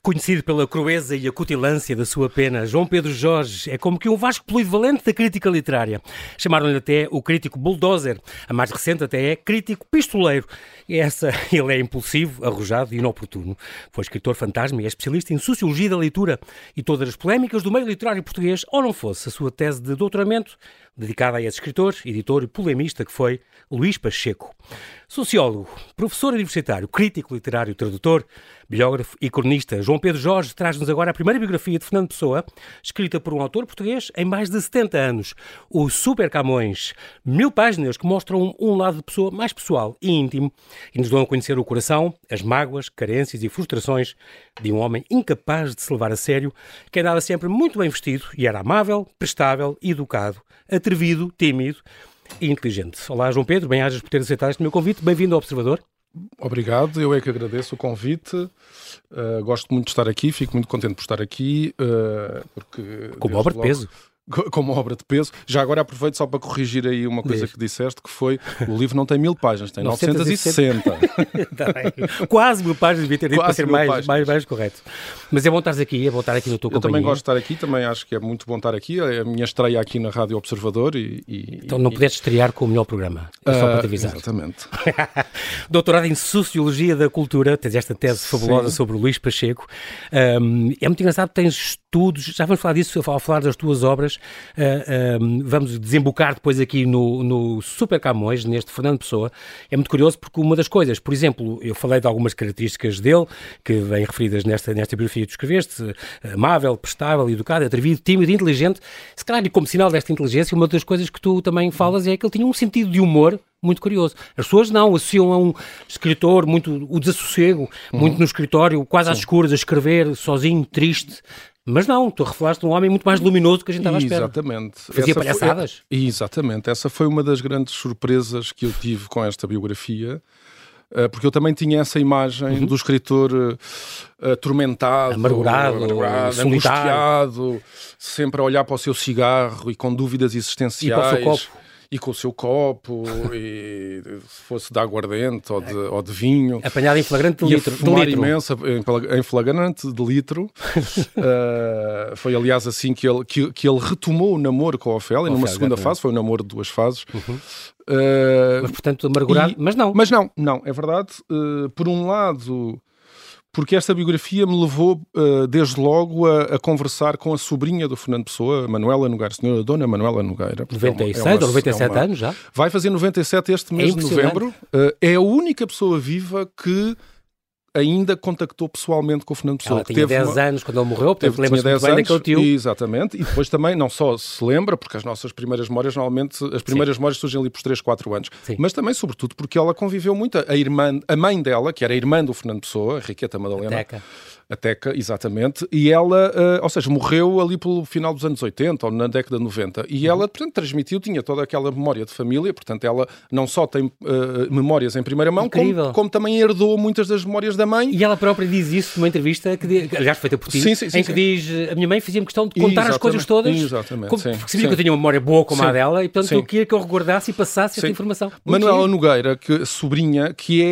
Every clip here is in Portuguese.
Conhecido pela crueza e acutilância da sua pena, João Pedro Jorge é como que um Vasco Polivalente da crítica literária. Chamaram-lhe até o crítico bulldozer, a mais recente até é crítico pistoleiro. Ele é impulsivo, arrojado e inoportuno. Foi escritor fantasma e é especialista em sociologia da leitura e todas as polémicas do meio literário português, ou não fosse a sua tese de doutoramento, dedicada a esse escritor, editor e polemista que foi Luís Pacheco. Sociólogo, professor universitário, crítico literário, tradutor, biógrafo e cronista, João Pedro Jorge traz-nos agora a primeira biografia de Fernando Pessoa, escrita por um autor português em mais de 70 anos, o Super Camões. 1000 páginas que mostram um lado de Pessoa mais pessoal e íntimo e nos dão a conhecer o coração, as mágoas, carências e frustrações de um homem incapaz de se levar a sério, que andava sempre muito bem vestido e era amável, prestável, educado, atrevido, tímido e inteligente. Olá, João Pedro, bem-ajas por ter aceitado este meu convite. Bem-vindo ao Observador. Obrigado, eu é que agradeço o convite. Gosto muito de estar aqui, fico muito contente por estar aqui. Porque como obra de peso. Como obra de peso. Já agora aproveito só para corrigir aí uma coisa que disseste, que foi, o livro não tem 1000 páginas, tem 960. Quase 1000 páginas, devia ter dito para ser mais correto. Mas é bom estar aqui, no teu companhia. Eu também gosto de estar aqui, também acho que é muito bom estar aqui. É a minha estreia aqui na Rádio Observador. Então não pudeste estrear com o melhor programa, é só para te avisar. Exatamente. Doutorado em Sociologia da Cultura, tens esta tese fabulosa sobre o Luís Pacheco. É muito engraçado, tens estudos, já vamos falar disso, ao falar das tuas obras. Vamos desembocar depois aqui no Super Camões, neste Fernando Pessoa. É muito curioso porque uma das coisas, por exemplo, eu falei de algumas características dele, que vêm referidas nesta biografia que tu escreveste, amável, prestável, educado, atrevido, tímido, inteligente. Se calhar, e como sinal desta inteligência, uma das coisas que tu também falas é que ele tinha um sentido de humor muito curioso. As pessoas não associam a um escritor muito, o desassossego, muito no escritório, quase às escuras, a escrever, sozinho, triste. Mas não, tu revelaste um homem muito mais luminoso do que a gente estava à espera. Exatamente. Fazia palhaçadas? Exatamente. Essa foi uma das grandes surpresas que eu tive com esta biografia, porque eu também tinha essa imagem do escritor atormentado, amargurado, angustiado, sempre a olhar para o seu cigarro e com dúvidas existenciais. E para o seu copo. E com o seu copo, e se fosse de aguardente ou de vinho. Apanhado em flagrante de litro. Imensa, em flagrante de litro. Foi, aliás, assim que ele retomou o namoro com a Ofélia, numa segunda fase. Foi um namoro de 2 fases. Mas, portanto, amargurado. Mas não, é verdade. Por um lado, porque esta biografia me levou, desde logo, a conversar com a sobrinha do Fernando Pessoa, Manuela Nogueira, senhora Dona Manuela Nogueira. 96 ou 97 anos já? Vai fazer 97 este mês de novembro. É a única pessoa viva que ainda contactou pessoalmente com o Fernando Pessoa. Ela tinha 10 anos quando ele morreu, portanto lembra-se muito bem daquele tio. Exatamente, e depois também não só se lembra, porque as nossas primeiras memórias, normalmente, as primeiras memórias surgem ali por 3, 4 anos, mas também, sobretudo, porque ela conviveu muito. A mãe dela, que era a irmã do Fernando Pessoa, a Riqueta Madalena. A Teca, exatamente, e ela, ou seja, morreu ali pelo final dos anos 80 ou na década de 90, e ela, portanto, tinha toda aquela memória de família, portanto, ela não só tem memórias em primeira mão, como também herdou muitas das memórias da mãe. E ela própria diz isso numa entrevista, aliás, feita por ti, que diz, a minha mãe fazia-me questão de contar as coisas todas, porque sabia que eu tinha uma memória boa como a dela, e portanto eu queria que eu recordasse e passasse esta informação. Manuela Nogueira, sobrinha, que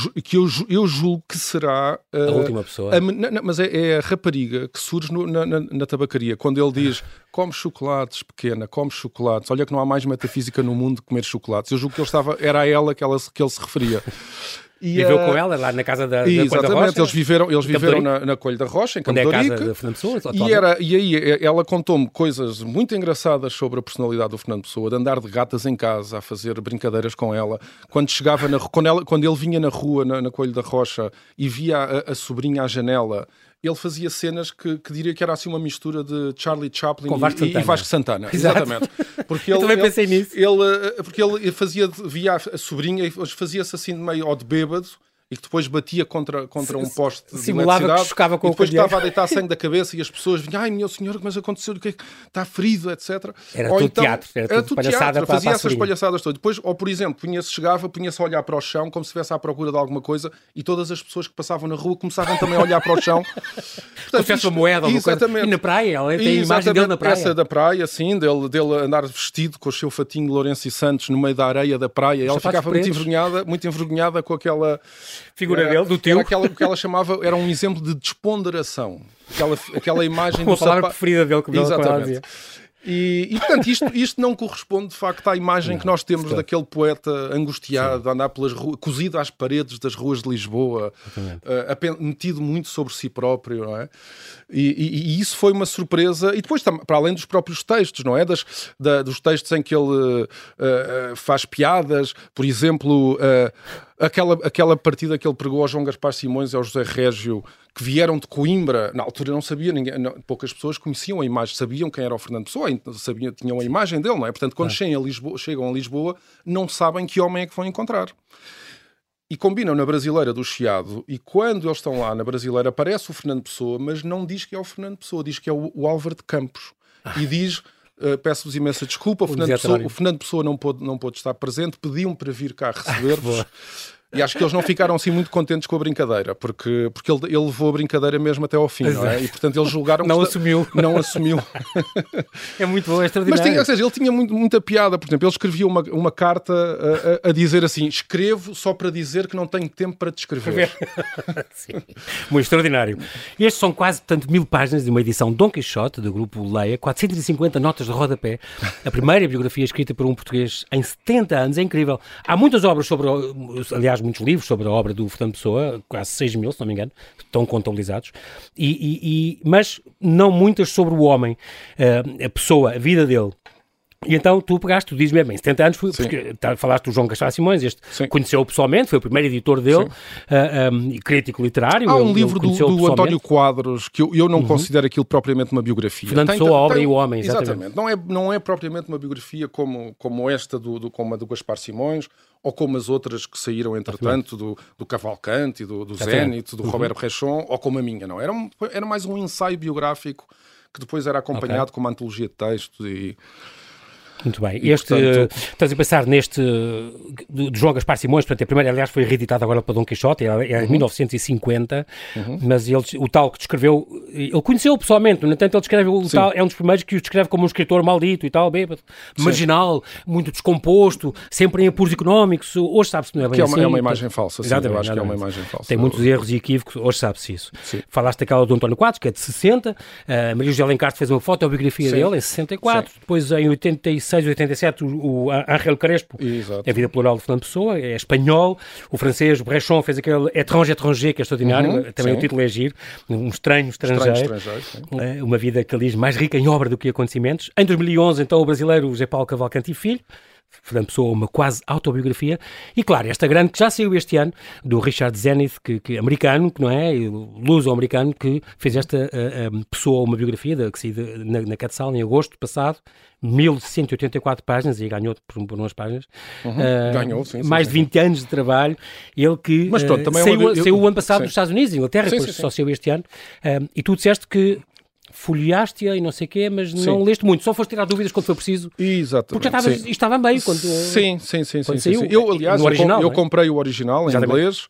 eu julgo que será a última pessoa. Mas é a rapariga que surge na tabacaria, quando ele diz: come chocolates, pequena, come chocolates, olha que não há mais metafísica no mundo que comer chocolates. Eu julgo que era a ela que ele se referia. Viveu com ela lá na casa da Coelho da Rocha? Eles viveram na Coelho da Rocha, em Campo de Ourique. É a casa de Fernando Pessoa, e aí ela contou-me coisas muito engraçadas sobre a personalidade do Fernando Pessoa, de andar de gatas em casa, a fazer brincadeiras com ela. Quando chegava quando ele vinha na rua, na Coelho da Rocha, e via a sobrinha à janela, ele fazia cenas que diria que era assim uma mistura de Charlie Chaplin e Vasco Santana. Exatamente. Porque eu também pensei nisso. Porque ele via a sobrinha e fazia-se assim meio de bêbado, e que depois batia contra um poste de eletricidade, que chocava com e depois estava a deitar sangue da cabeça e as pessoas vinham: ai meu senhor, mas aconteceu, o que está ferido, etc. Era tudo teatro, era tudo palhaçada. Fazia essas palhaçadas todas. Depois, ou por exemplo, punha-se a olhar para o chão como se estivesse à procura de alguma coisa, e todas as pessoas que passavam na rua começavam também a olhar para o chão. Como se fosse uma moeda ou uma coisa. E na praia, ela tem a imagem dele na praia. Essa da praia, sim, dele andar vestido com o seu fatinho de Lourenço e Santos no meio da areia da praia. Ela ficava muito envergonhada com aquela figura dele, do teu. Era aquela que ela chamava, era um exemplo de desponderação. Aquela imagem do sapato. A palavra preferida dele, como ela dizia. E portanto, isto não corresponde, de facto, à imagem que nós temos daquele poeta angustiado, a andar pelas ruas, cozido às paredes das ruas de Lisboa, metido muito sobre si próprio, não é? E isso foi uma surpresa. E depois, para além dos próprios textos, não é? Dos textos em que ele faz piadas, por exemplo, aquela partida que ele pregou ao João Gaspar Simões e ao José Régio, que vieram de Coimbra. Na altura não sabia ninguém, poucas pessoas conheciam a imagem, sabiam quem era o Fernando Pessoa, tinham a imagem dele, não é? Portanto, quando chegam a Lisboa, não sabem que homem é que vão encontrar. E combinam na Brasileira do Chiado, e quando eles estão lá na Brasileira, aparece o Fernando Pessoa, mas não diz que é o Fernando Pessoa, diz que é o Álvaro de Campos. E diz... peço-vos imensa desculpa, o Fernando Pessoa não pôde estar presente, pediu-me para vir cá receber-vos. E acho que eles não ficaram assim muito contentes com a brincadeira, porque ele levou a brincadeira mesmo até ao fim, não é? E portanto eles julgaram que... Não assumiu. É muito bom, é extraordinário. Mas ou seja, ele tinha muita piada. Por exemplo, ele escrevia uma carta a dizer assim: escrevo só para dizer que não tenho tempo para te escrever. Sim. Muito extraordinário. Estes são quase, portanto, 1000 páginas de uma edição Dom Quixote, do grupo Leia, 450 notas de rodapé. A primeira biografia escrita por um português em 70 anos, é incrível. Há muitas obras sobre, aliás, muitos livros sobre a obra do Fernando Pessoa, quase 6.000, se não me engano, estão contabilizados, mas não muitas sobre o homem, a pessoa, a vida dele. E então tu pegaste, tu dizes mesmo, em 70 anos, porque falaste do João Gaspar Simões, conheceu-o pessoalmente, foi o primeiro editor dele, crítico literário. Há um livro do António Quadros, que eu não considero aquilo propriamente uma biografia. Fernando Pessoa, a obra e o homem, exatamente. Não é propriamente uma biografia como esta, como a do Gaspar Simões, ou como as outras que saíram, entretanto, do Cavalcante, do Zénite, do Robert Bresson, ou como a minha, não. Era mais um ensaio biográfico que depois era acompanhado com uma antologia de textos e... Muito bem. Estás a pensar neste de João Gaspar Simões, portanto, a primeira, aliás, foi reeditado agora para Dom Quixote, é em 1950, mas o tal que descreveu, ele conheceu-o pessoalmente, no entanto, ele descreve o tal, é um dos primeiros que o descreve como um escritor maldito e tal, bêbado, marginal, muito descomposto, sempre em apuros económicos. Hoje sabe-se não é bem que assim. É uma imagem falsa, sim, eu acho que é uma imagem falsa. Tem muitos erros e equívocos, hoje sabe-se isso. Sim. Falaste daquela do António Quadros, que é de 60, Maria José Lencastre fez uma fotobiografia dele em 64, depois em 86, 87, o Ángel Crespo, a vida plural de Fernando Pessoa, é espanhol. O francês, o Bresson, fez aquele Étranger, que é extraordinário, também o título é giro, um estranho estrangeiro. Uma vida que ele diz mais rica em obra do que em acontecimentos. Em 2011, então, o brasileiro José Paulo Cavalcante e Filho, Fernando Pessoa, uma quase autobiografia, e claro, esta grande que já saiu este ano, do Richard Zenith, que americano, que não é, luso-americano, que fez esta Pessoa, uma biografia, que saiu na Quetzal em agosto passado, 1184 páginas, e ganhou por umas páginas. Ganhou, sim. Mais de 20 anos de trabalho. Ele que mas pronto, também saiu o ano passado dos Estados Unidos, Inglaterra, depois só saiu este ano. E tu disseste que folheaste-a e não sei o quê, mas não leste muito, só foste tirar dúvidas quando foi preciso. Exatamente. Porque já estava bem quando... Sim. Saiu. Eu, aliás, eu comprei o original em inglês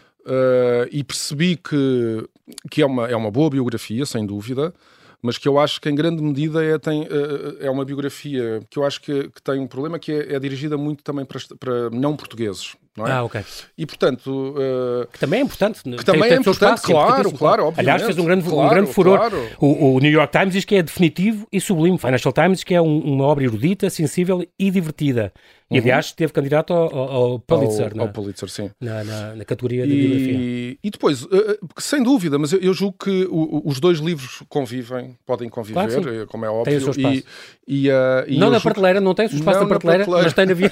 e percebi que é uma boa biografia, sem dúvida, mas que eu acho que em grande medida é uma biografia que eu acho que tem um problema, que é dirigida muito também para não portugues. Não é? Ok. E portanto... que também é importante. Que também é importante, claro, obviamente. Aliás, fez um grande furor. Claro. O New York Times diz que é definitivo e sublime. Financial Times diz que é uma obra erudita, sensível e divertida. E, aliás, esteve candidato ao Pulitzer. Ao Pulitzer, sim. Na categoria de biografia. E depois, sem dúvida, mas eu julgo que os dois livros podem conviver, claro, como é óbvio. Tem o seu espaço. Não na prateleira, não tem o seu espaço na prateleira, mas tem na vida.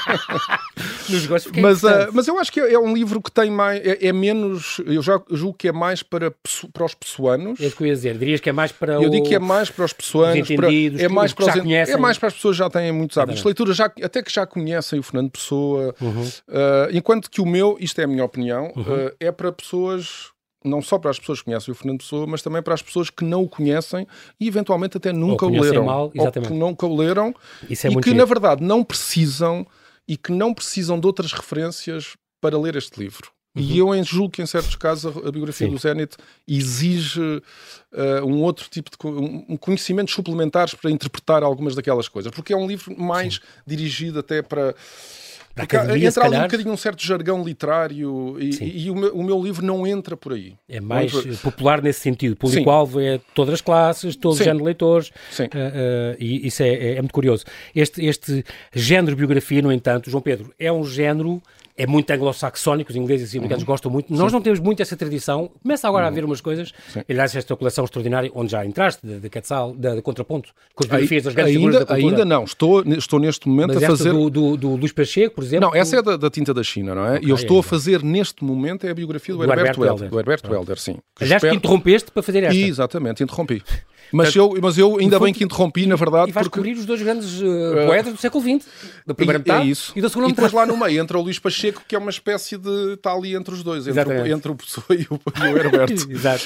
Nos gostos, mas eu acho que é um livro que tem mais, é menos, eu já julgo que é mais para os pessoanos. É isso que eu ia dizer, dirias que é mais para Eu digo que é mais para os pessoanos, é mais para as pessoas que já têm muitos hábitos de leitura, até que já conhecem o Fernando Pessoa, enquanto que o meu, isto é a minha opinião, é para pessoas... Não só para as pessoas que conhecem o Fernando Pessoa, mas também para as pessoas que não o conhecem e eventualmente até nunca o leram. Mal, ou que nunca o leram e que, na verdade, não precisam de outras referências para ler este livro. E eu julgo que, em certos casos, a biografia do Zenith exige um outro tipo de conhecimentos suplementares para interpretar algumas daquelas coisas. Porque é um livro mais dirigido até para... entra ali um bocadinho um certo jargão literário e o meu livro não entra por aí. É mais popular nesse sentido. Público-alvo é todas as classes, todos os géneros de leitores. E isso é muito curioso. Este género de biografia, no entanto, João Pedro, é um género... É muito anglo-saxónico, os ingleses e os americanos gostam muito. Nós não temos muito essa tradição. Começa agora a haver umas coisas. Aliás, esta coleção extraordinária, onde já entraste, de Quetzal, de Contraponto, com as biografias das grandes figuras da cultura. Ainda não. Estou neste momento mas a fazer... do Luís Pacheco, por exemplo? Não, essa é da Tinta da China, não é? E eu estou a fazer, neste momento, a biografia do Herberto Helder. Do Herberto Helder, sim. Aliás, que interrompeste para fazer esta. Exatamente, interrompi. Mas eu ainda bem que interrompi, na verdade. E vais cobrir os dois grandes poetas do século XX, da primeira metade e da segunda metade. E depois lá no meio entra o Luís Pacheco, que é uma espécie de... Está ali entre os dois, entre o Pessoa e o Herberto. Exato.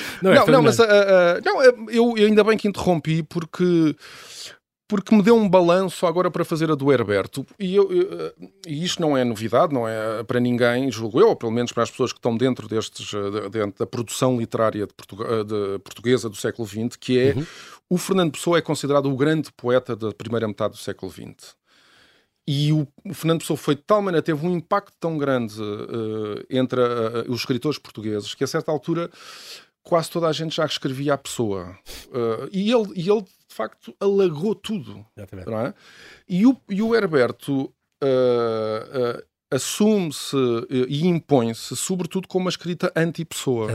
Eu ainda bem que interrompi porque me deu um balanço agora para fazer a do Herberto. E isto não é novidade, não é para ninguém, julgo eu, ou pelo menos para as pessoas que estão dentro da produção literária portuguesa do século XX, que é o Fernando Pessoa é considerado o grande poeta da primeira metade do século XX. E o Fernando Pessoa foi de tal maneira, teve um impacto tão grande entre os escritores portugueses, que a certa altura quase toda a gente já escrevia a Pessoa. E ele de facto, alagou tudo. Não é? E o Herberto assume-se e impõe-se, sobretudo, com uma escrita anti-Pessoa.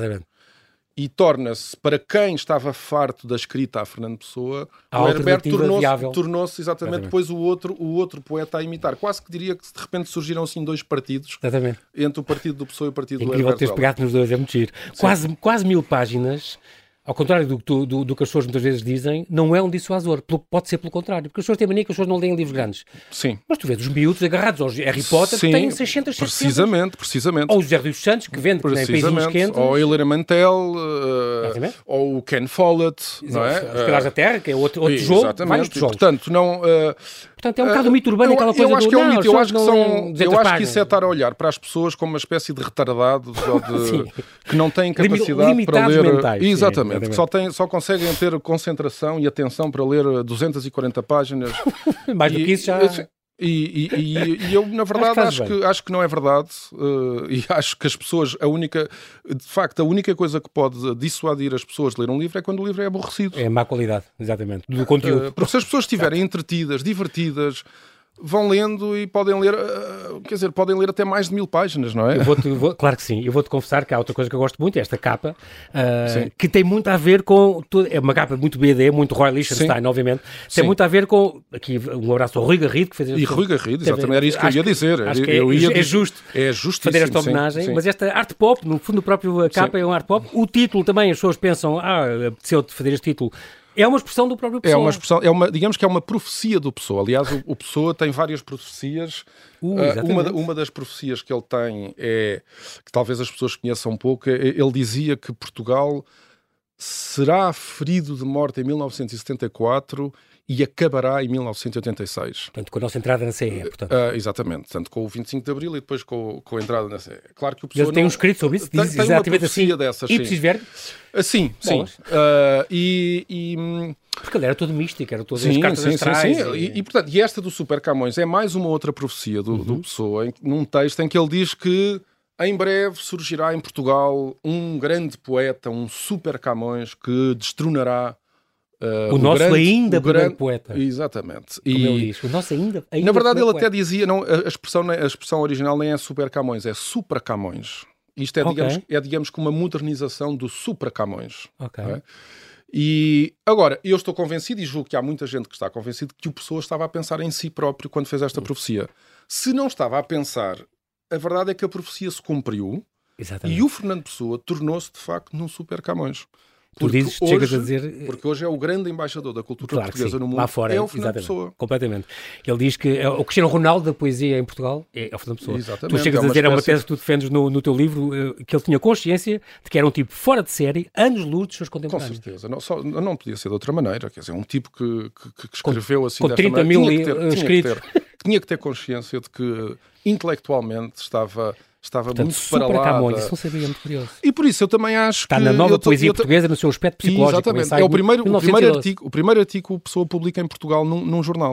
E torna-se, para quem estava farto da escrita a Fernando Pessoa, o Herberto tornou-se exatamente depois o outro poeta a imitar. Quase que diria que de repente surgiram assim dois partidos, entre o partido do Pessoa e o partido do Herberto. Incrível teres pegado nos dois, é muito giro. Quase 1000 páginas. Ao contrário do que as pessoas muitas vezes dizem, não é um dissuasor. Pode ser pelo contrário. Porque as pessoas têm mania que as pessoas não leem livros grandes. Sim. Mas tu vês os miúdos agarrados aos Harry Potter que têm 600, 700. Precisamente. Ou o José Rios Santos, que vende em países quentes. Ou a Hilary Mantel, ou o Ken Follett. Não é? Os Pilares da Terra, que é outro jogo. Vários jogos. Portanto, é um bocado o mito urbano, aquela coisa eu acho do... que é um mito. Eu acho que isso é estar a olhar para as pessoas como uma espécie de retardados que não têm capacidade para ler... Mentais, exatamente. Que só conseguem ter concentração e atenção para ler 240 páginas. Mais do que isso já... E eu, na verdade, acho que não é verdade. E acho que as pessoas, a única coisa que pode dissuadir as pessoas de ler um livro é quando o livro é aborrecido. É má qualidade, exatamente, do conteúdo. Porque se as pessoas estiverem entretidas, divertidas, vão lendo e podem ler, podem ler até mais de 1000 páginas, não é? Claro que sim. Eu vou-te confessar que há outra coisa que eu gosto muito, é esta capa, que tem muito a ver com... É uma capa muito BD, muito Roy Lichtenstein, obviamente. Tem muito a ver com... Aqui, um abraço ao Rui Garrido, que fez... E Rui Garrido, exatamente, era isso que eu ia dizer. Acho que é justo fazer esta homenagem, mas esta arte pop, no fundo, a própria capa é um arte pop. O título também, as pessoas pensam, apeteceu-te fazer este título... É uma expressão do próprio Pessoa. Digamos que é uma profecia do Pessoa. Aliás, o Pessoa tem várias profecias. Uma das profecias que ele tem é, que talvez as pessoas conheçam um pouco, ele dizia que Portugal será ferido de morte em 1974 e acabará em 1986. Portanto, com a nossa entrada na CE, portanto. Exatamente, tanto com o 25 de Abril e depois com a entrada na CE. Claro que o Pessoa ele tem um escrito sobre isso, diz tem exatamente assim, dessas, ipsis verbis. Sim. Porque ele era todo místico, era todas as cartas astrais. E, portanto, e esta do Super Camões é mais uma outra profecia do Pessoa, num texto em que ele diz que em breve surgirá em Portugal um grande poeta, um Super Camões, que destronará o nosso grande poeta. Exatamente. Como ele diz, o nosso ainda na verdade, ele até dizia, não, a expressão original nem é Super Camões, é Supra Camões. Isto é, digamos que uma modernização do Supra Camões. É? E agora, eu estou convencido, e julgo que há muita gente que está convencido, que o Pessoa estava a pensar em si próprio quando fez esta profecia. Se não estava a pensar, a verdade é que a profecia se cumpriu. Exatamente. E o Fernando Pessoa tornou-se, de facto, num Super Camões. Chegas a dizer... Porque hoje é o grande embaixador da cultura portuguesa no mundo. Lá fora, é o Fernando Pessoa. Completamente. Ele diz que o Cristiano Ronaldo da poesia em Portugal é o Fernando Pessoa. Exatamente. Tu chegas a dizer, é uma tese que tu defendes no teu livro, que ele tinha consciência de que era um tipo fora de série, anos-luz dos seus contemporâneos. Com certeza. Não podia ser de outra maneira. Quer dizer, um tipo que escreveu assim com 30 mil escritos. Tinha que ter consciência de que intelectualmente estava portanto, muito para lá. Camões, isso não sabia, muito curioso. E por isso eu também acho que... Está na nova poesia portuguesa, no seu aspecto psicológico. Exatamente. É o primeiro artigo que a pessoa publica em Portugal num jornal.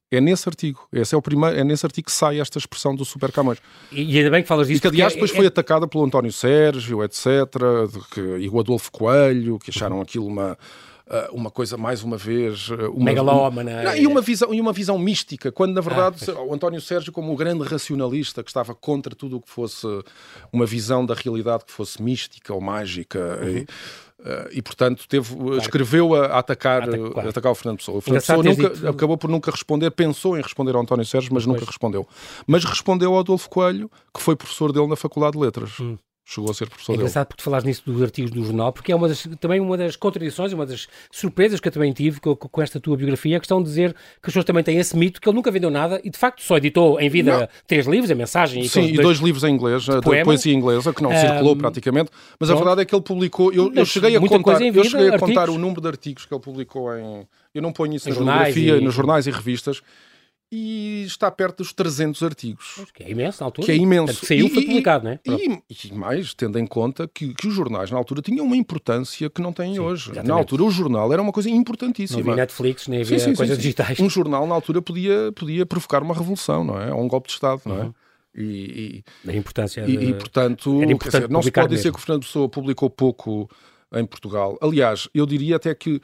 É nesse artigo. Esse é o primeiro, é nesse artigo que sai esta expressão do Super Camões. E ainda bem que falas disso. E que, aliás, depois foi atacada pelo António Sérgio, etc., e o Adolfo Coelho, que acharam aquilo uma coisa, mais uma vez... megalómana. E uma visão mística, quando, na verdade, o António Sérgio, como o grande racionalista, que estava contra tudo o que fosse uma visão da realidade que fosse mística ou mágica... E portanto escreveu a atacar o Fernando Pessoa. O Fernando Pessoa acabou por nunca responder, pensou em responder ao António Sérgio, mas nunca respondeu. Mas respondeu ao Adolfo Coelho, que foi professor dele na Faculdade de Letras. Chegou a ser professor dele. É engraçado porque tu falaste nisso dos artigos do jornal, porque é também uma das contradições, uma das surpresas que eu também tive com esta tua biografia, a questão de dizer que as pessoas também têm esse mito que ele nunca vendeu nada e de facto só editou em vida 3 livros, a mensagem e dois livros em inglês, de poesia inglesa, que não circulou praticamente, mas a verdade é que ele publicou, eu cheguei a contar o número de artigos que ele publicou eu não ponho isso na biografia, nos jornais e revistas, e está perto dos 300 artigos. Que é imenso na altura. Que é imenso. Que saiu, foi publicado, não é? E mais, tendo em conta que os jornais na altura tinham uma importância que não têm hoje. Exatamente. Na altura o jornal era uma coisa importantíssima. Não havia Netflix, nem havia coisas digitais. Um jornal na altura podia provocar uma revolução, não é? Ou um golpe de Estado, não é? A importância portanto, não se pode dizer que o Fernando Pessoa publicou pouco em Portugal. Aliás, eu diria até que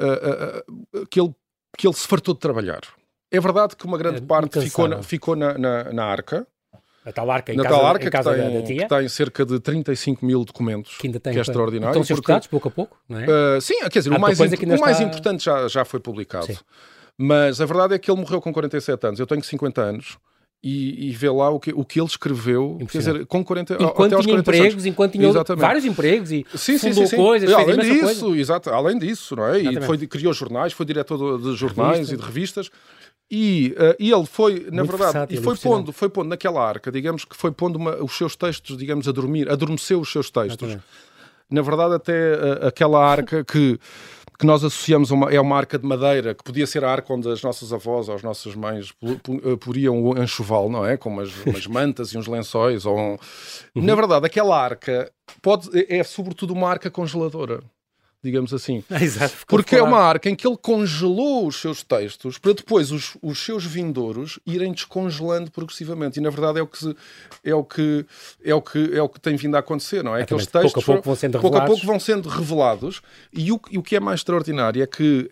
ele se fartou de trabalhar. É verdade que uma grande parte ficou na Arca. A tal Arca, em casa da tia. Que tem cerca de 35 mil documentos, que é extraordinário. Estão a ser estudados pouco a pouco, não é? Sim, quer dizer, o mais importante já foi publicado. Sim. Mas a verdade é que ele morreu com 47 anos. Eu tenho 50 anos. E vê lá o que ele escreveu, quer dizer, com 40 enquanto até aos tinha 40 empregos, anos. enquanto tinha vários empregos e fundou coisas, além disso, não é? E criou jornais, foi diretor de jornais e de revistas. E ele foi, na verdade, foi pondo naquela Arca, digamos que foi pondo os seus textos, digamos, adormeceu os seus textos. Exatamente. Na verdade, até aquela Arca que nós associamos é uma arca de madeira, que podia ser a arca onde as nossas avós ou as nossas mães poriam o enxoval, não é? Com umas mantas e uns lençóis. Na verdade, aquela arca é sobretudo uma arca congeladora, digamos assim. Exato, porque é uma arca em que ele congelou os seus textos para depois os seus vindouros irem descongelando progressivamente. E na verdade é o que tem vindo a acontecer, não é? Aqueles textos pouco a pouco vão sendo revelados. E o que é mais extraordinário é que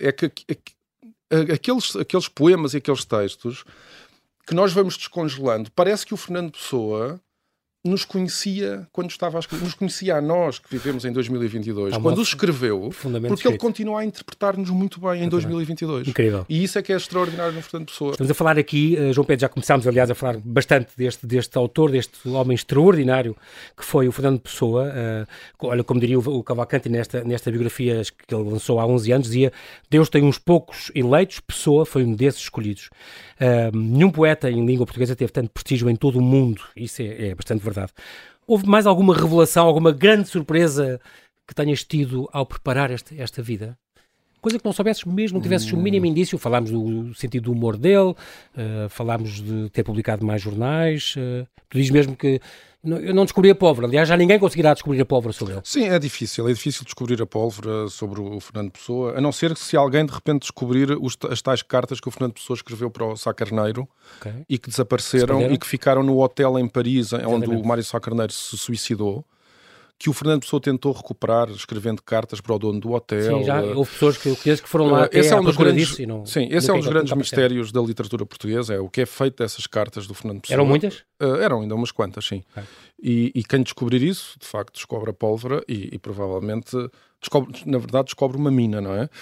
aqueles poemas e aqueles textos que nós vamos descongelando, parece que o Fernando Pessoa nos conhecia quando estava a escrever, nos conhecia a nós que vivemos em 2022, quando os escreveu, porque ele continua a interpretar-nos muito bem em 2022. Incrível. E isso é que é extraordinário no Fernando Pessoa. Estamos a falar aqui, João Pedro, já começámos, aliás, a falar bastante deste autor, deste homem extraordinário que foi o Fernando Pessoa. Olha, como diria o Cavalcanti nesta biografia que ele lançou há 11 anos, dizia: Deus tem uns poucos eleitos, Pessoa foi um desses escolhidos. Nenhum poeta em língua portuguesa teve tanto prestígio em todo o mundo. Isso é bastante verdade. Houve mais alguma revelação, alguma grande surpresa que tenhas tido ao preparar esta vida? Coisa que não soubesses mesmo, não tivesses o mínimo indício. Falámos do sentido do humor dele, falámos de ter publicado mais jornais. Tu dizes mesmo que eu não descobri a pólvora. Aliás, já ninguém conseguirá descobrir a pólvora sobre ele. Sim, é difícil descobrir a pólvora sobre o Fernando Pessoa, a não ser que se alguém de repente descobrir as tais cartas que o Fernando Pessoa escreveu para o Sá Carneiro e que desapareceram e que ficaram no hotel em Paris, onde o Mário Sá Carneiro se suicidou, que o Fernando Pessoa tentou recuperar escrevendo cartas para o dono do hotel. Sim, já houve pessoas que eu conheço que foram lá esse é um dos grandes, disso. Esse é um dos grandes mistérios da literatura portuguesa, é o que é feito dessas cartas do Fernando Pessoa. Eram muitas? Eram ainda umas quantas, sim. E quem descobrir isso, de facto, descobre a pólvora e provavelmente, descobre uma mina, não é?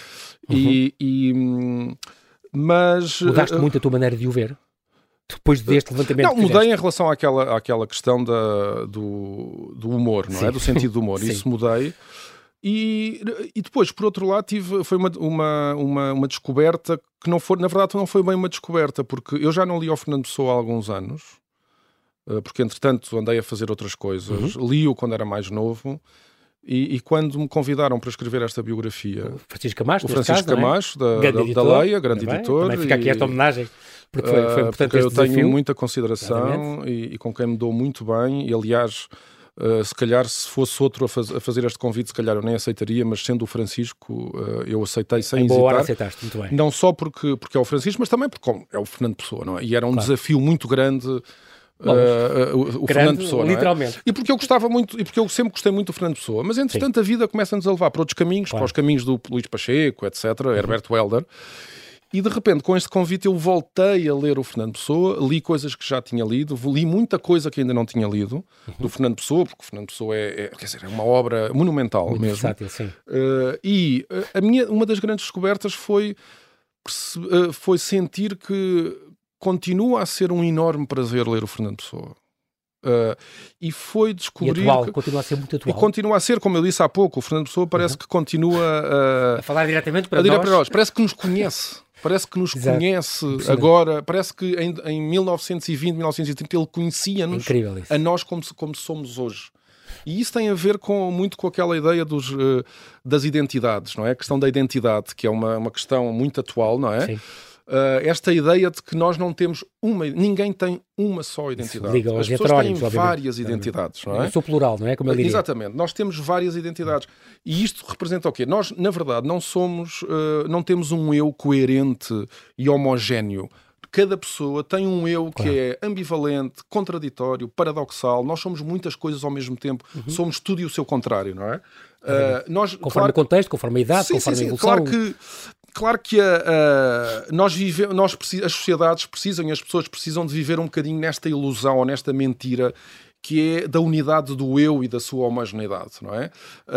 Mas... Mudaste muito a tua maneira de o ver? Depois deste levantamento? Não, mudei em relação àquela questão do humor, não é? Do sentido do humor. Isso mudei. E depois, por outro lado, foi uma descoberta que na verdade não foi bem uma descoberta, porque eu já não li ao Fernando Pessoa há alguns anos, porque entretanto andei a fazer outras coisas. Li-o quando era mais novo. E quando me convidaram para escrever esta biografia, o Francisco Camacho, Camacho da Leia, grande editor, também fica aqui esta homenagem, porque foi importante porque eu desafio. tenho muita consideração e com quem me dou muito bem, e aliás Se calhar, se fosse outro a fazer este convite, se calhar eu nem aceitaria, mas sendo o Francisco, eu aceitei sem hesitar. Boa hora aceitaste, muito bem. Não só porque é o Francisco, mas também porque é o Fernando Pessoa, não é? E era um desafio muito grande o Fernando Pessoa, literalmente. Não é? E porque eu gostava muito, e porque eu sempre gostei muito do Fernando Pessoa, mas entretanto a vida começa-nos a levar para outros caminhos, para os caminhos do Luís Pacheco, etc., Herbert Welder. E de repente, com este convite, eu voltei a ler o Fernando Pessoa, li coisas que já tinha lido, li muita coisa que ainda não tinha lido do Fernando Pessoa, porque o Fernando Pessoa é uma obra monumental muito mesmo. Versátil, sim. E uma das grandes descobertas foi sentir que continua a ser um enorme prazer ler o Fernando Pessoa. E foi descobrir... E atual, continua a ser muito atual. E continua a ser, como eu disse há pouco, o Fernando Pessoa parece que continua a falar diretamente para nós. Parece que nos conhece. Parece que nos conhece agora. Parece que em 1920, 1930 ele conhecia-nos a nós como somos hoje. E isso tem a ver muito com aquela ideia das identidades, não é? A questão da identidade, que é uma questão muito atual, não é? Sim. Esta ideia de que nós não temos ninguém tem uma só identidade. As pessoas têm várias identidades, não é? Eu sou plural, não é? Como eu diria. Exatamente. Nós temos várias identidades. E isto representa o quê? Nós, na verdade, não temos um eu coerente e homogéneo. Cada pessoa tem um eu que é ambivalente, contraditório, paradoxal. Nós somos muitas coisas ao mesmo tempo. Somos tudo e o seu contrário, não é? Conforme o contexto, conforme a idade, conforme a evolução. Claro que as sociedades precisam e as pessoas precisam de viver um bocadinho nesta ilusão ou nesta mentira que é da unidade do eu e da sua homogeneidade, não é?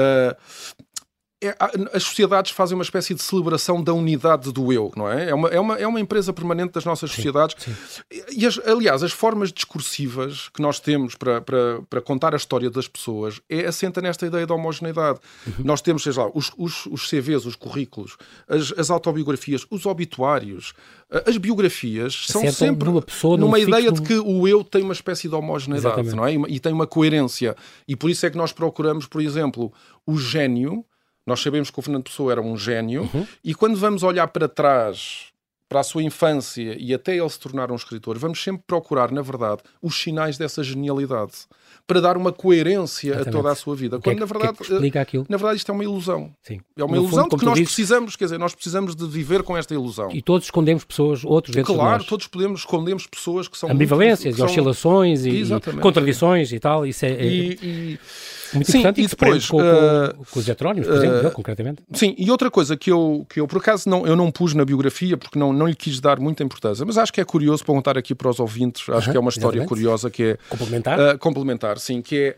As sociedades fazem uma espécie de celebração da unidade do eu, não é? É uma empresa permanente das nossas sociedades. Sim. E, aliás, as formas discursivas que nós temos para contar a história das pessoas assenta nesta ideia da homogeneidade. Nós temos, seja lá, os CVs, os currículos, as autobiografias, os obituários, as biografias são sempre numa ideia de que o eu tem uma espécie de homogeneidade, não é? E tem uma coerência. E por isso é que nós procuramos, por exemplo, o gênio. Nós sabemos que o Fernando Pessoa era um gênio e quando vamos olhar para trás, para a sua infância e até ele se tornar um escritor, vamos sempre procurar, na verdade, os sinais dessa genialidade para dar uma coerência a toda a sua vida. Quando, na verdade, isto é uma ilusão. Sim. É uma ilusão de que nós precisamos, quer dizer, nós precisamos de viver com esta ilusão. E todos escondemos outros dentro de nós. Claro, todos escondemos pessoas que são... Ambivalências, oscilações e contradições e tal. Isso é... muito importante, e depois com os heterónimos, por exemplo, concretamente. Sim, e outra coisa que eu por acaso eu não pus na biografia porque não lhe quis dar muita importância, mas acho que é curioso para contar aqui para os ouvintes, acho que é uma história curiosa que é... Complementar, sim, que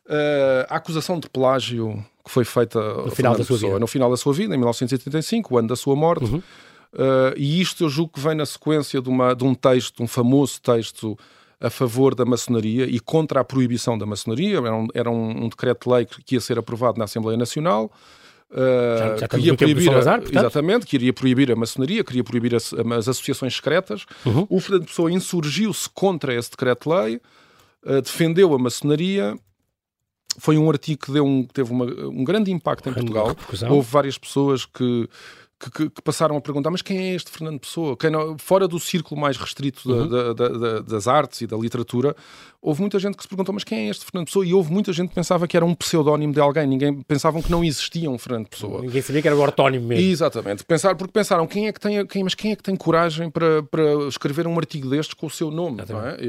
é a acusação de plágio que foi feita no final da sua vida, em 1985, o ano da sua morte, e isto eu julgo que vem na sequência de um texto, um famoso texto a favor da maçonaria e contra a proibição da maçonaria. Era um decreto-lei que ia ser aprovado na Assembleia Nacional. Que ia proibir exatamente, que iria proibir a maçonaria, queria proibir as associações secretas. O Fernando Pessoa insurgiu-se contra esse decreto-lei, defendeu a maçonaria. Foi um artigo que teve um grande impacto em Portugal. Houve várias pessoas que passaram a perguntar, mas quem é este Fernando Pessoa? Fora do círculo mais restrito das artes e da literatura, houve muita gente que se perguntou, mas quem é este Fernando Pessoa? E houve muita gente que pensava que era um pseudónimo de alguém. Pensavam que não existia um Fernando Pessoa. Ninguém sabia que era o ortónimo mesmo. Exatamente. Porque pensaram, quem é que tem coragem para escrever um artigo destes com o seu nome? Não é?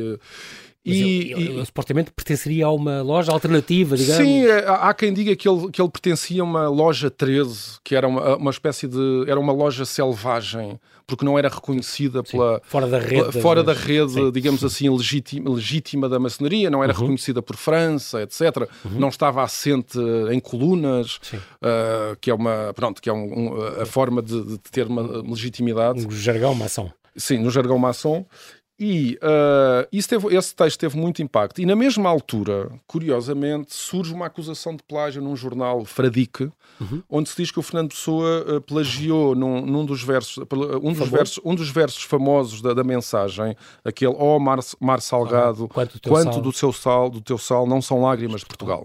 Ele supostamente pertenceria a uma loja alternativa, digamos. Sim, há quem diga que ele pertencia a uma loja 13, que era uma espécie de... Era uma loja selvagem, porque não era reconhecida fora da rede, digamos assim, legítima da maçonaria, não era reconhecida por França, etc. Não estava assente em colunas, que é a forma de ter uma legitimidade. No jargão maçom. Sim, no jargão maçom. E esse texto teve muito impacto. E na mesma altura, curiosamente, surge uma acusação de plágio num jornal Fradique, onde se diz que o Fernando Pessoa plagiou num dos versos, um dos versos famosos da mensagem, aquele mar salgado, quanto do teu sal não são lágrimas de Portugal.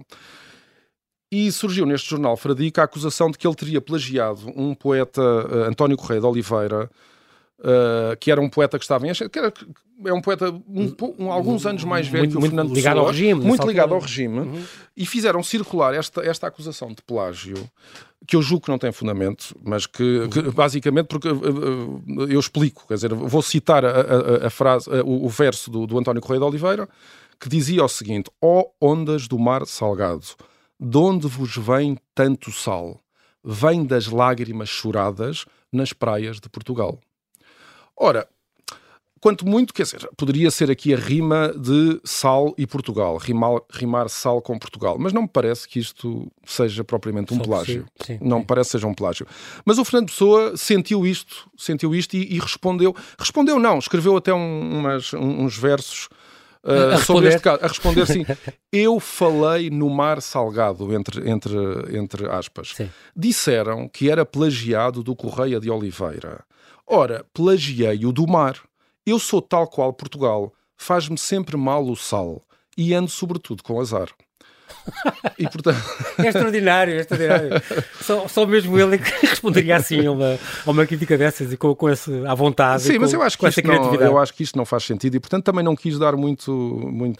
E surgiu neste jornal Fradique a acusação de que ele teria plagiado um poeta, António Correia de Oliveira, que era um poeta que estava em Ascensão, é um poeta alguns anos mais velho que o Fernando Pessoa, ligado ao regime, muito ligado ao regime, e fizeram circular esta acusação de plágio, que eu julgo que não tem fundamento, mas que basicamente, porque eu explico, quer dizer, vou citar a frase, o verso do António Correia de Oliveira, que dizia o seguinte: ó ondas do mar salgado, de onde vos vem tanto sal? Vem das lágrimas choradas nas praias de Portugal. Ora, quanto muito, quer dizer, poderia ser aqui a rima de sal e Portugal, rimar sal com Portugal, mas não me parece que isto seja propriamente um plágio. Não me parece que seja um plágio. Mas o Fernando Pessoa sentiu isto e respondeu. Respondeu não, escreveu até uns versos sobre este caso, a responder assim: eu falei no mar salgado, entre aspas. Sim. Disseram que era plagiado do Correia de Oliveira. Ora, plagiei-o do mar. Eu sou tal qual Portugal. Faz-me sempre mal o sal. E ando sobretudo com azar. E, portanto... É extraordinário, é extraordinário. Só mesmo ele que responderia assim a uma crítica dessas e com esse à vontade. Sim, mas eu acho que isto não faz sentido e, portanto, também não quis dar muito...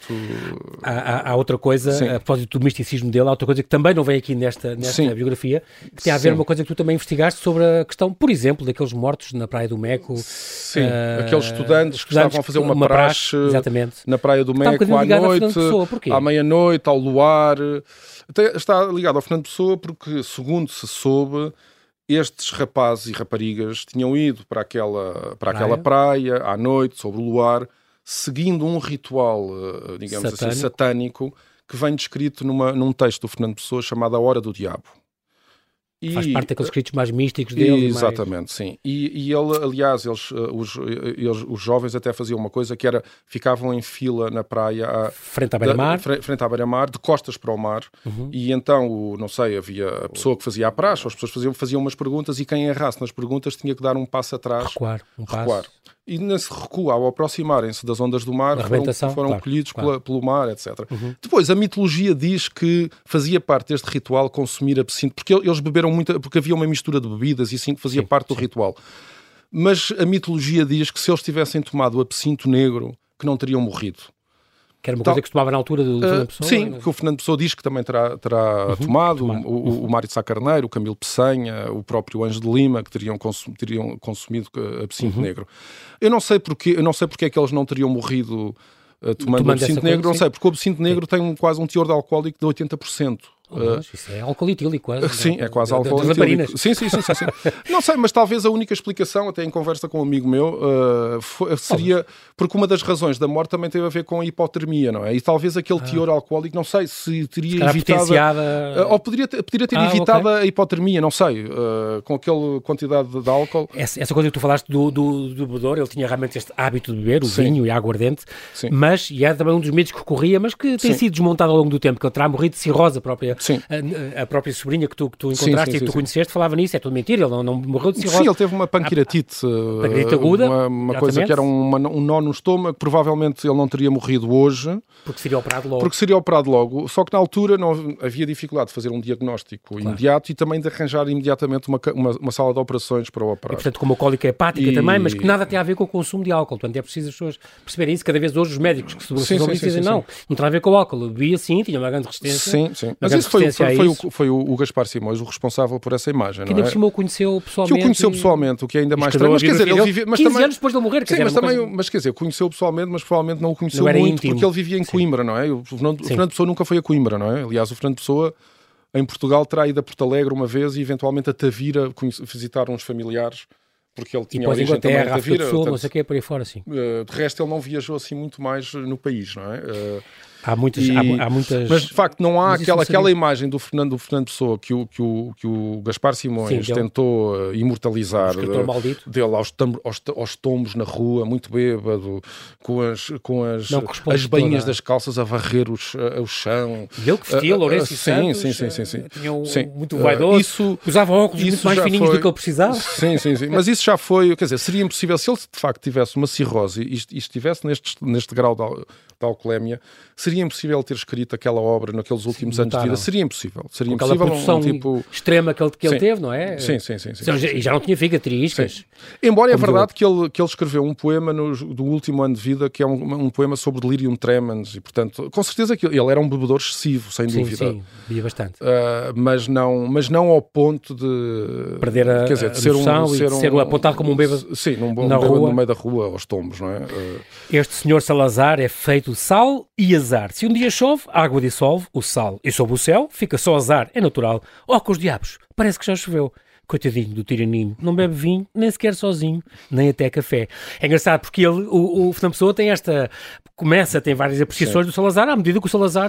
Há outra coisa, a propósito do misticismo dele, há outra coisa que também não vem aqui nesta biografia, que tem a ver uma coisa que tu também investigaste sobre a questão, por exemplo, daqueles mortos na Praia do Meco. Sim, aqueles estudantes que estavam a fazer uma praxe na Praia do Meco à noite, à meia-noite, ao luar. Está ligado ao Fernando Pessoa porque, segundo se soube, estes rapazes e raparigas tinham ido para aquela praia à noite, sobre o luar, seguindo um ritual, digamos assim, satânico, que vem descrito num texto do Fernando Pessoa chamado A Hora do Diabo. Faz parte daqueles escritos mais místicos dele. Exatamente, sim. E ele, aliás, os jovens até faziam uma coisa que era, ficavam em fila na praia frente à beira-mar, de costas para o mar, e então, não sei, havia a pessoa que fazia a praxe, as pessoas faziam umas perguntas, e quem errasse nas perguntas tinha que dar um passo atrás. Recuar. E nesse recuo, ao aproximarem-se das ondas do mar, foram colhidos pelo mar, etc. Depois, a mitologia diz que fazia parte deste ritual consumir absinto, porque eles beberam muito, porque havia uma mistura de bebidas e assim que fazia parte do ritual. Mas a mitologia diz que se eles tivessem tomado absinto negro, que não teriam morrido. Que era uma coisa que se tomava na altura do Fernando Pessoa? Sim, que o Fernando Pessoa diz que também terá tomado, o Mário de Sá Carneiro, o Camilo Peçanha, o próprio Anjo de Lima, que teriam consumido absinto negro. Eu não sei porque é que eles não teriam morrido tomando absinto negro, não sei, porque o absinto negro tem quase um teor de alcoólico de 80%. Isso é álcool etílico, quase. Sim, é quase álcool etílico. Sim. Não sei, mas talvez a única explicação, até em conversa com um amigo meu, seria porque uma das razões da morte também teve a ver com a hipotermia, não é? E talvez aquele teor alcoólico, não sei se teria evitado... Ou poderia ter evitado a hipotermia, não sei, com aquela quantidade de álcool. Essa coisa que tu falaste do bebedor, ele tinha realmente este hábito de beber, o vinho e a aguardente, mas, e é também um dos mitos que corria, mas que tem sido desmontado ao longo do tempo, que ele terá morrido de cirrose própria. A própria sobrinha que tu encontraste e que tu conheceste falava nisso, é tudo mentira, ele não morreu de cirrose. Sim, ele teve uma pancreatite aguda, uma coisa que era um nó no estômago, provavelmente ele não teria morrido hoje. Porque seria operado logo. Só que na altura não havia dificuldade de fazer um diagnóstico imediato e também de arranjar imediatamente uma sala de operações para o operar. E, portanto, como a cólica hepática também, mas que nada tem a ver com o consumo de álcool. Portanto, é preciso as pessoas perceberem isso. Cada vez hoje os médicos que se dizem não tem a ver com o álcool. Eu bebia sim, tinha uma grande resistência. Sim. Mas isso foi o Gaspar Simões o responsável por essa imagem, que ainda por cima o conheceu pessoalmente. O que é ainda mais estranho. Mas quer dizer, ele vivia... 15 anos depois de ele morrer. Mas quer dizer, conheceu pessoalmente, mas provavelmente não o conheceu muito porque ele vivia em Coimbra, não é? O Fernando Pessoa nunca foi a Coimbra, não é? Aliás, o Fernando Pessoa em Portugal terá ido a Porto Alegre uma vez e eventualmente a Tavira visitar uns familiares, porque ele tinha origem também em Tavira. Portanto, não sei o que é por aí fora, sim. De resto, ele não viajou assim muito mais no país, não é? Há muitas... Mas, de facto, não há aquela imagem do Fernando Pessoa que o Gaspar Simões tentou imortalizar, dele aos tombos na rua, muito bêbado, com as bainhas das calças a varrer o chão. E ele que vestia Lourenço Santos. Sim. Muito vaidoso, usava óculos muito mais fininhos do que ele precisava. Sim. Mas isso já foi, quer dizer, seria impossível, se ele de facto tivesse uma cirrose e estivesse neste grau de alcoolemia, seria seria impossível ter escrito aquela obra naqueles últimos anos de vida. Seria impossível. Seria com aquela impossível, produção tipo... extrema que ele teve, não é? Sim. E já não tinha figatriscas. Sim. Embora é verdade que ele escreveu um poema do último ano de vida, que é um poema sobre delirium tremens, e portanto, com certeza que ele era um bebedor excessivo, sem dúvida. Sim, bebia bastante. Mas não ao ponto de... Perder a noção e ser apontado como um bêbado. Sim, um bêbado no meio da rua, aos tombos, não é? Este senhor Salazar é feito de sal e azar. Se um dia chove, a água dissolve o sal. E sob o céu fica só azar. É natural. Ó, com os diabos, parece que já choveu. Coitadinho do tiraninho, não bebe vinho, nem sequer sozinho, nem até café. É engraçado porque o Fernando Pessoa tem tem várias apreciações do Salazar, à medida que o Salazar,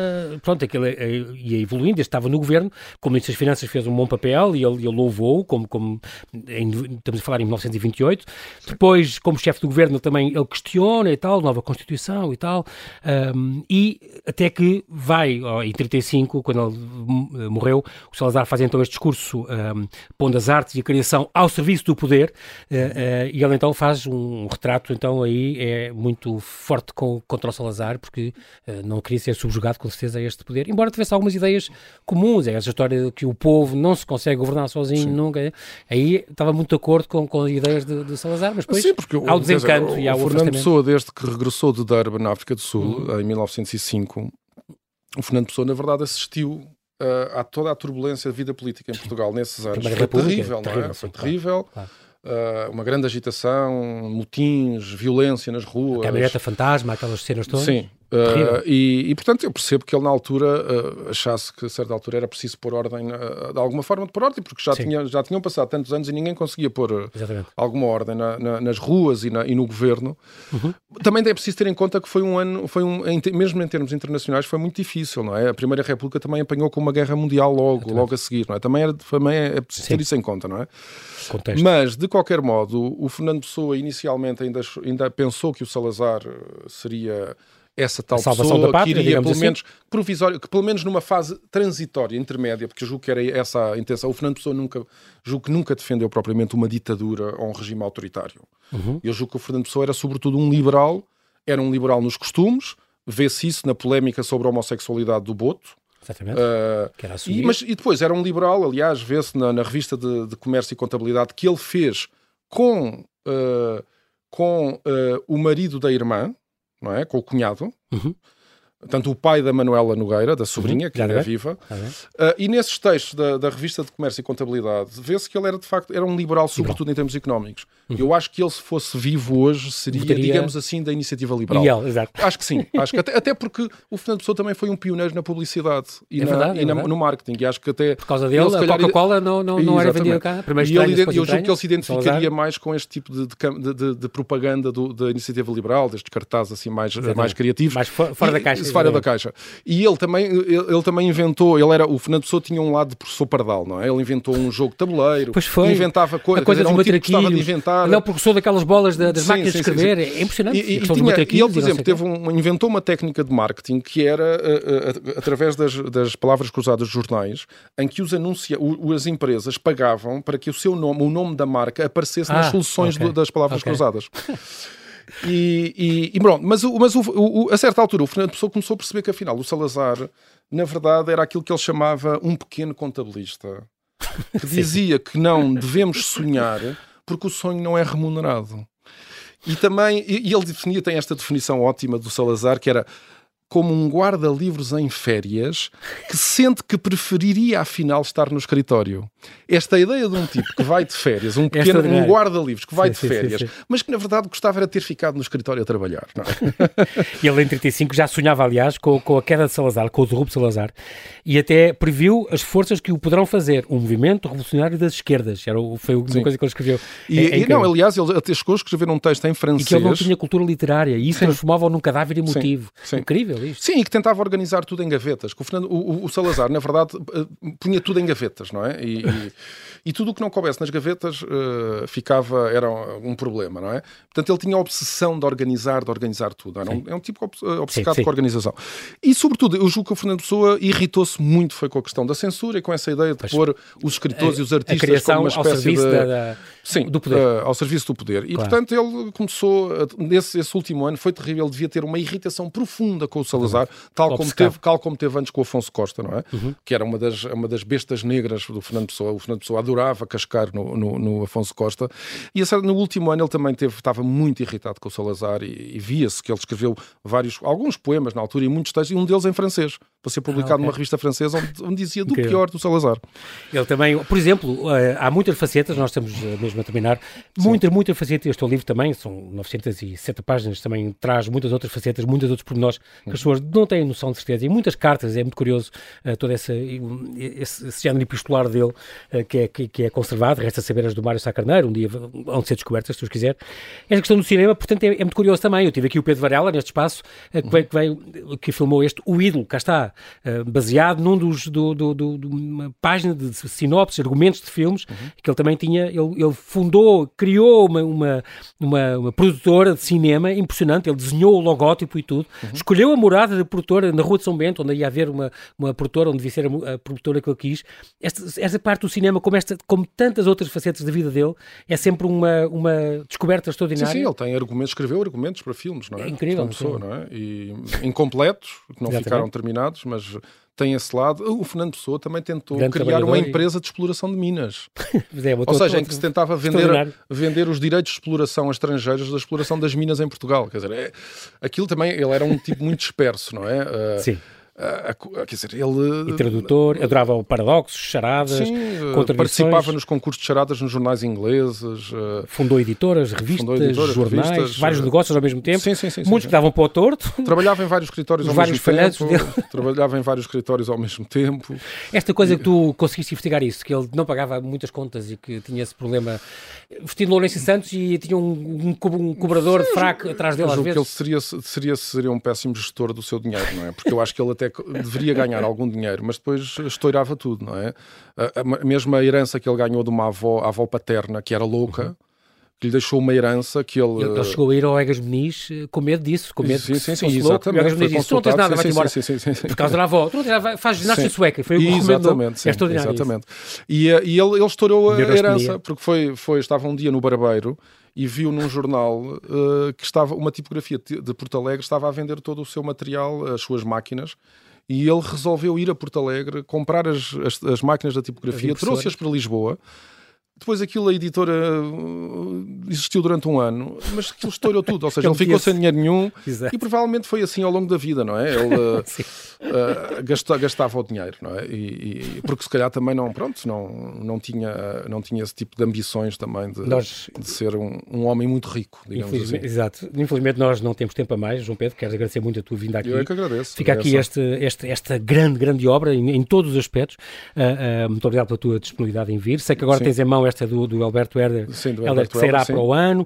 ia evoluindo, ele estava no governo, como Ministro das Finanças fez um bom papel e ele louvou, estamos a falar em 1928, depois, como chefe do governo, ele questiona e tal, nova Constituição e tal, e até que em 35, quando ele morreu, o Salazar faz então este discurso pondo as artes e a criação ao serviço do poder, e ele então faz um retrato, então aí é muito forte contra o Salazar, porque não queria ser subjugado com certeza a este poder, embora tivesse algumas ideias comuns, essa história de que o povo não se consegue governar sozinho, nunca, aí estava muito de acordo com as ideias de Salazar, mas depois há o desencanto e há o Fernando Pessoa, desde que regressou de Durban, na África do Sul, em 1905, o Fernando Pessoa, na verdade, assistiu a toda a turbulência da vida política em Portugal nesses anos. Foi terrível, não é? Foi terrível. Claro. Uma grande agitação, motins, violência nas ruas. A caminhoneta fantasma, aquelas cenas todas. Sim. E portanto eu percebo que ele na altura achasse que a certa altura era preciso pôr ordem, de alguma forma de pôr ordem, porque já tinham passado tantos anos e ninguém conseguia pôr alguma ordem nas ruas e no governo. Também é preciso ter em conta que foi um ano, mesmo em termos internacionais, foi muito difícil, não é? A Primeira República também apanhou com uma guerra mundial logo a seguir, não é? Também é preciso ter isso em conta, não é? Contexto. Mas, de qualquer modo, o Fernando Pessoa inicialmente ainda pensou que o Salazar seria essa tal pessoa da pátria, que iria, pelo menos, provisório, que pelo menos numa fase transitória, intermédia, porque eu julgo que era essa a intenção. O Fernando Pessoa nunca defendeu propriamente uma ditadura ou um regime autoritário. Eu julgo que o Fernando Pessoa era sobretudo um liberal nos costumes, vê-se isso na polémica sobre a homossexualidade do Boto. Exatamente. E depois era um liberal, aliás, vê-se na revista de Comércio e Contabilidade que ele fez com o marido da irmã, não é? Com o cunhado, tanto o pai da Manuela Nogueira, da sobrinha, que ainda é viva, e nesses textos da revista de Comércio e Contabilidade vê-se que ele era de facto um liberal, sobretudo em termos económicos. Eu acho que ele, se fosse vivo hoje, seria, digamos assim, da iniciativa liberal. Exato. Acho que sim. Acho que até porque o Fernando Pessoa também foi um pioneiro na publicidade e no marketing. E acho que até por causa dele, a Coca-Cola não era vendida cá. Eu julgo que ele se identificaria mais com este tipo de propaganda da iniciativa liberal, destes cartazes assim mais criativos. Mais fora da caixa. Fora da caixa. E ele também inventou, o Fernando Pessoa tinha um lado de professor Pardal, não é? Ele inventou um jogo de tabuleiro, inventava coisas, era um tipo que gostava de inventar. Ele é o professor daquelas bolas das máquinas de escrever, é impressionante. E ele, por exemplo, inventou uma técnica de marketing que era, através das palavras cruzadas dos jornais, em que as empresas pagavam para que o nome da marca aparecesse nas soluções das palavras cruzadas. Pronto, mas a certa altura o Fernando Pessoa começou a perceber que afinal o Salazar, na verdade, era aquilo que ele chamava um pequeno contabilista, que dizia que não devemos sonhar porque o sonho não é remunerado. E também, ele tem esta definição ótima do Salazar, que era como um guarda-livros em férias que sente que preferiria afinal estar no escritório. Esta ideia de um tipo que vai de férias, um guarda-livros que vai de férias, mas que na verdade gostava era ter ficado no escritório a trabalhar. Não é? Ele em 35 já sonhava, aliás, com a queda de Salazar, com o derrubo de Salazar, e até previu as forças que o poderão fazer, um movimento revolucionário das esquerdas. Foi uma coisa que ele escreveu. Aliás, ele até chegou a escrever um texto em francês. E que ele não tinha cultura literária, e isso transformava-o num cadáver emotivo. Incrível. Isto. Sim, e que tentava organizar tudo em gavetas. Que o Salazar, na verdade, punha tudo em gavetas, não é? E tudo o que não coubesse nas gavetas era um problema, não é? Portanto, ele tinha a obsessão de organizar tudo. É um tipo obcecado com a organização. E, sobretudo, eu julgo que o Fernando Pessoa irritou-se muito foi com a questão da censura e com essa ideia de pôr os escritores e os artistas como uma espécie do poder. Ao serviço do poder. E, portanto, ele começou, esse último ano, foi terrível, ele devia ter uma irritação profunda com o Salazar, tal como teve antes com o Afonso Costa, não é? Que era uma das bestas negras do Fernando Pessoa. O Fernando Pessoa adorava cascar no Afonso Costa. E no último ano ele também estava muito irritado com o Salazar e via-se que ele escreveu alguns poemas na altura e muitos textos, e um deles em francês, para ser publicado numa revista francesa onde dizia do pior do Salazar. Ele também, por exemplo, há muitas facetas, nós estamos mesmo a terminar, muitas facetas, este livro também, são 960 páginas, também traz muitas outras facetas, muitos outros pormenores que as pessoas não têm noção de certeza, e muitas cartas, é muito curioso todo esse género epistolar dele, que é conservado, resta saber as do Mário Sá Carneiro, um dia vão ser descobertas, se os quiser. Esta questão do cinema, portanto, é muito curioso também. Eu tive aqui o Pedro Varela, neste espaço, que filmou O Ídolo, cá está, baseado num uma página de sinopses, argumentos de filmes, que ele também tinha, ele criou uma produtora de cinema impressionante, ele desenhou o logótipo e tudo, escolheu a morada da produtora na Rua de São Bento, onde ia haver uma produtora, onde devia ser a produtora que ele quis. Esta parte do cinema, como tantas outras facetas da vida dele, é sempre uma descoberta extraordinária. Sim, ele tem escreveu argumentos para filmes, não é? É incrível. Pessoa, não é? E incompletos, que não ficaram terminados, mas tem esse lado. O Fernando Pessoa também tentou criar uma empresa de exploração de minas. Ou seja, em que se tentava vender os direitos de exploração a estrangeiros da exploração das minas em Portugal. Quer dizer, aquilo também, ele era um tipo muito disperso, não é? Sim. Quer dizer, ele... E tradutor, adorava o paradoxos, charadas, contradições. Participava nos concursos de charadas nos jornais ingleses. Fundou editoras, revistas, jornais, vários negócios ao mesmo tempo. Sim. Muitos que davam para o torto. Trabalhava em vários escritórios ao mesmo tempo. Trabalhava em vários escritórios ao mesmo tempo. Esta coisa que tu conseguiste investigar isso, que ele não pagava muitas contas e que tinha esse problema, vestido de Lourenço Santos e tinha um cobrador de fraco atrás dele às vezes. Que ele seria um péssimo gestor do seu dinheiro, não é? Porque eu acho que ele até deveria ganhar algum dinheiro, mas depois estourava tudo, não é? Mesmo a herança que ele ganhou de uma avó paterna, que era louca, que lhe deixou uma herança que ele... Ele chegou a ir ao Egas Meniz com medo disso, com medo sim, exatamente. Egas Meniz disse, tu não tens nada, vai-te embora. Por causa da avó. Tu não tens nada, faz ginástica sueca. Foi o que recomendou. É extraordinário. Exatamente. E ele estourou a herança, porque estava um dia no barbeiro e viu num jornal que estava uma tipografia de Porto Alegre, estava a vender todo o seu material, as suas máquinas, e ele resolveu ir a Porto Alegre, comprar as máquinas da tipografia, trouxe-as para Lisboa. Depois aquilo, a editora existiu durante um ano, mas aquilo estourou tudo, ou seja, ele ficou sem dinheiro nenhum. Exato. E provavelmente foi assim ao longo da vida, não é? Ele gastava o dinheiro, não é? Porque se calhar também não tinha esse tipo de ambições também de ser um homem muito rico, digamos assim. Exato. Infelizmente nós não temos tempo a mais, João Pedro, quero agradecer muito a tua vinda aqui. Eu é que agradeço. Fica aqui esta grande obra em todos os aspectos. Muito obrigado pela tua disponibilidade em vir. Sei que agora tens em mão esta do Alberto Herder, que sairá para o ano,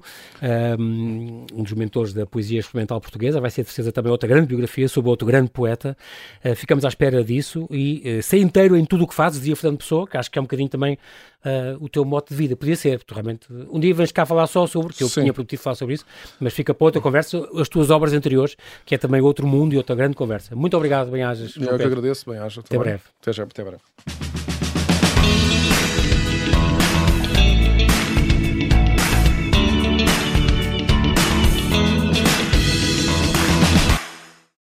um dos mentores da poesia experimental portuguesa. Vai ser de certeza também outra grande biografia sobre outro grande poeta. Ficamos à espera disso e ser inteiro em tudo o que fazes, dizia Fernando Pessoa, que acho que é um bocadinho também o teu mote de vida. Podia ser, porque realmente um dia vens cá falar só sobre, que eu tinha prometido falar sobre isso, mas fica para outra conversa, as tuas obras anteriores, que é também outro mundo e outra grande conversa. Muito obrigado, bem-ajas. Eu que agradeço, bem-ajas. Até breve. Até breve.